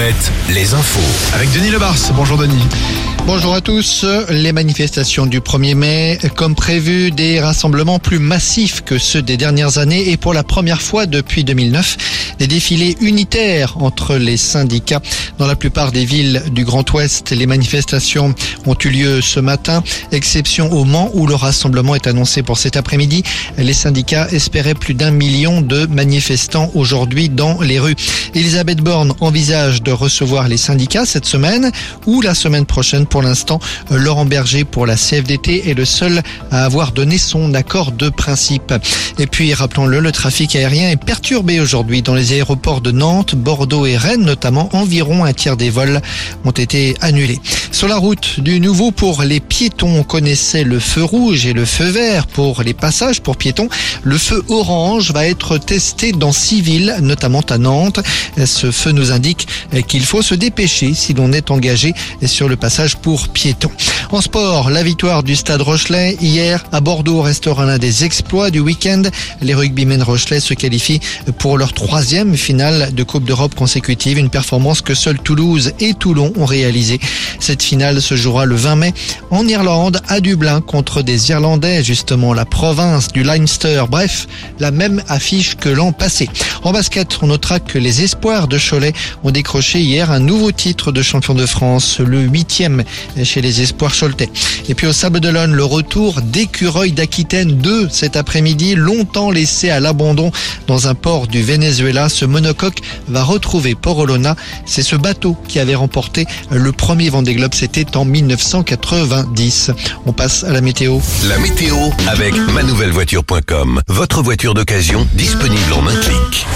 Alouette, les infos. Avec Denis Lebars. Bonjour Denis. Bonjour à tous. Les manifestations du 1er mai, comme prévu, des rassemblements plus massifs que ceux des dernières années et pour la première fois depuis 2009, des défilés unitaires entre les syndicats. Dans la plupart des villes du Grand Ouest, les manifestations ont eu lieu ce matin, exception au Mans où le rassemblement est annoncé pour cet après-midi. Les syndicats espéraient plus d'1 million de manifestants aujourd'hui dans les rues. Elisabeth Borne envisage de recevoir les syndicats cette semaine ou la semaine prochaine. Pour l'instant, Laurent Berger pour la CFDT est le seul à avoir donné son accord de principe. Et puis, rappelons-le, le trafic aérien est perturbé aujourd'hui dans les aéroports de Nantes, Bordeaux et Rennes notamment. Environ un tiers des vols ont été annulés. Sur la route, du nouveau pour les piétons. On connaissait le feu rouge et le feu vert pour les passages pour piétons. Le feu orange va être testé dans 6 villes, notamment à Nantes. Ce feu nous indique qu'il faut se dépêcher si l'on est engagé sur le passage pour piétons. En sport, la victoire du Stade Rochelais hier à Bordeaux restera l'un des exploits du week-end. Les rugbymen rochelais se qualifient pour leur 3e finale de Coupe d'Europe consécutive, une performance que seuls Toulouse et Toulon ont réalisée. Cette finale se jouera le 20 mai en Irlande, à Dublin, contre des Irlandais, justement la province du Leinster. Bref, la même affiche que l'an passé. En basket, on notera que les espoirs de Cholet ont décroché hier un nouveau titre de champion de France, le 8e chez les espoirs choletais. Et puis au Sables d'Olonne, le retour d'Écureuils d'Aquitaine 2 cet après-midi, longtemps laissé à l'abandon dans un port du Venezuela. Ce monocoque va retrouver Port Olona. C'est ce bateau qui avait remporté le premier Vendée Globe, c'était en 1990. On passe à la météo. La météo avec manouvellevoiture.com. Votre voiture d'occasion disponible en un clic.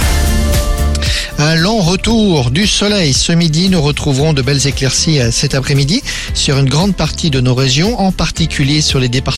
Un lent retour du soleil. Ce midi, nous retrouverons de belles éclaircies cet après-midi sur une grande partie de nos régions, en particulier sur les départements